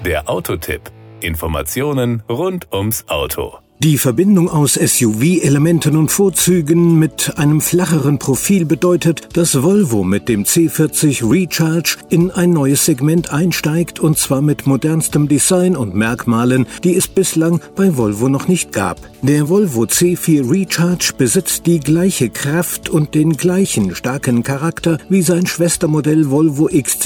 Der Autotipp. Informationen rund ums Auto. Die Verbindung aus SUV-Elementen und Vorzügen mit einem flacheren Profil bedeutet, dass Volvo mit dem C40 Recharge in ein neues Segment einsteigt, und zwar mit modernstem Design und Merkmalen, die es bislang bei Volvo noch nicht gab. Der Volvo C4 Recharge besitzt die gleiche Kraft und den gleichen starken Charakter wie sein Schwestermodell Volvo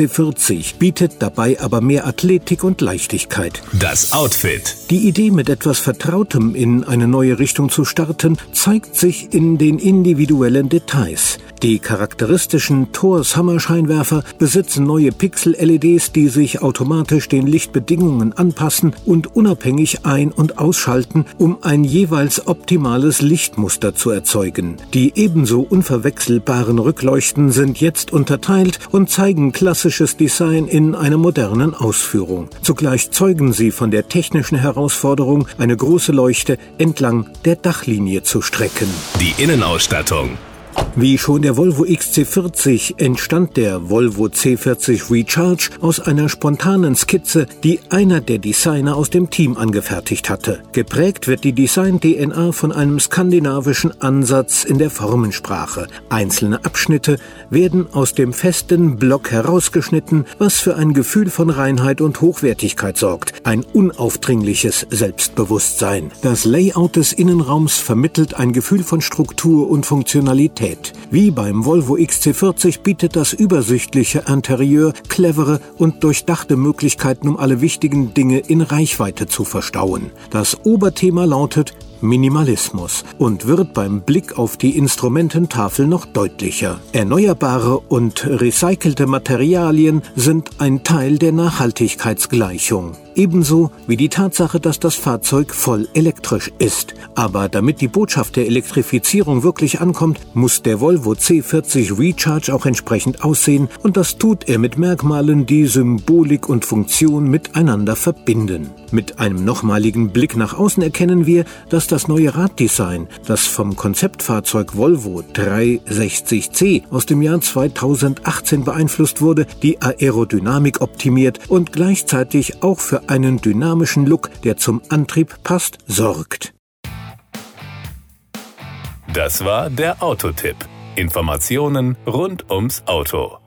XC40, bietet dabei aber mehr Athletik und Leichtigkeit. Das Outfit. Die Idee, mit etwas Vertrautem in eine neue Richtung zu starten, zeigt sich in den individuellen Details. Die charakteristischen Taurus-Hammerscheinwerfer besitzen neue Pixel-LEDs, die sich automatisch den Lichtbedingungen anpassen und unabhängig ein- und ausschalten, um ein jeweils optimales Lichtmuster zu erzeugen. Die ebenso unverwechselbaren Rückleuchten sind jetzt unterteilt und zeigen klassisches Design in einer modernen Ausführung. Zugleich zeugen sie von der technischen Herausforderung, eine große Leuchte entlang der Dachlinie zu strecken. Die Innenausstattung. Wie schon der Volvo XC40 entstand der Volvo C40 Recharge aus einer spontanen Skizze, die einer der Designer aus dem Team angefertigt hatte. Geprägt wird die Design-DNA von einem skandinavischen Ansatz in der Formensprache. Einzelne Abschnitte werden aus dem festen Block herausgeschnitten, was für ein Gefühl von Reinheit und Hochwertigkeit sorgt. Ein unaufdringliches Selbstbewusstsein. Das Layout des Innenraums vermittelt ein Gefühl von Struktur und Funktionalität. Wie beim Volvo XC40 bietet das übersichtliche Interieur clevere und durchdachte Möglichkeiten, um alle wichtigen Dinge in Reichweite zu verstauen. Das Oberthema lautet Minimalismus und wird beim Blick auf die Instrumententafel noch deutlicher. Erneuerbare und recycelte Materialien sind ein Teil der Nachhaltigkeitsgleichung. Ebenso wie die Tatsache, dass das Fahrzeug voll elektrisch ist. Aber damit die Botschaft der Elektrifizierung wirklich ankommt, muss der Volvo C40 Recharge auch entsprechend aussehen, und das tut er mit Merkmalen, die Symbolik und Funktion miteinander verbinden. Mit einem nochmaligen Blick nach außen erkennen wir, dass das neue Raddesign, das vom Konzeptfahrzeug Volvo 360C aus dem Jahr 2018 beeinflusst wurde, die Aerodynamik optimiert und gleichzeitig auch für einen dynamischen Look, der zum Antrieb passt, sorgt. Das war der Autotipp. Informationen rund ums Auto.